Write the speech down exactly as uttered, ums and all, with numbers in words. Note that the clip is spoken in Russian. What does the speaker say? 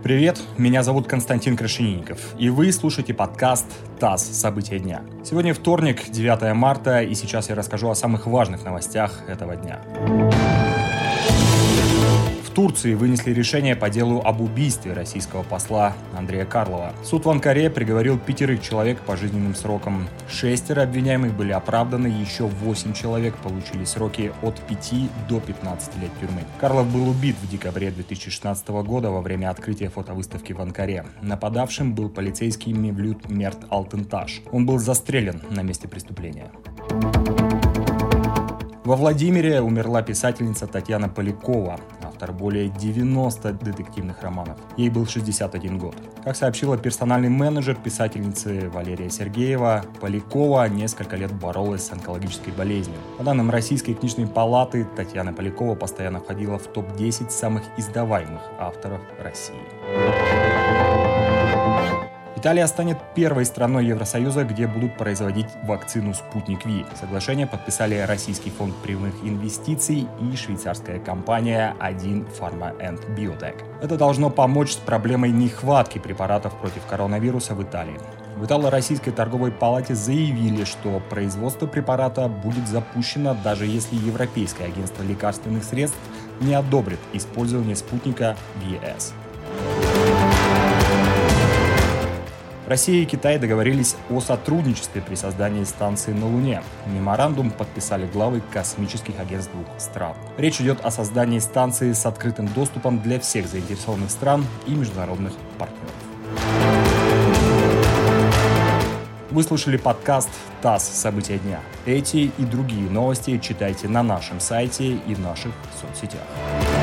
привет! Меня зовут Константин Крашенинников, и вы слушаете подкаст «ТАСС. События дня». Сегодня вторник, девятое марта, и сейчас я расскажу о самых важных новостях этого дня. В Турции вынесли решение по делу об убийстве российского посла Андрея Карлова. Суд в Анкаре приговорил пятерых человек к пожизненным срокам. Шестеро обвиняемых были оправданы, еще восемь человек получили сроки от пяти до пятнадцати лет тюрьмы. Карлов был убит в декабре две тысячи шестнадцатого года во время открытия фотовыставки в Анкаре. Нападавшим был полицейский Мевлют Мерт Алтынташ. Он был застрелен на месте преступления. Во Владимире умерла писательница Татьяна Полякова, автор более девяноста детективных романов. Ей был шестьдесят один год. Как сообщила персональный менеджер писательницы Валерия Сергеева, Полякова несколько лет боролась с онкологической болезнью. По данным Российской книжной палаты, Татьяна Полякова постоянно входила в топ десять самых издаваемых авторов России. Италия станет первой страной Евросоюза, где будут производить вакцину «Спутник Ви». Соглашение подписали Российский фонд прямых инвестиций и швейцарская компания один Pharma энд Biotech. Это должно помочь с проблемой нехватки препаратов против коронавируса в Италии. В Итало-Российской торговой палате заявили, что производство препарата будет запущено, даже если Европейское агентство лекарственных средств не одобрит использование спутника ви эс. Россия и Китай договорились о сотрудничестве при создании станции на Луне. Меморандум подписали главы космических агентств двух стран. Речь идет о создании станции с открытым доступом для всех заинтересованных стран и международных партнеров. Вы слушали подкаст «ТАСС. События дня». Эти и другие новости читайте на нашем сайте и в наших соцсетях.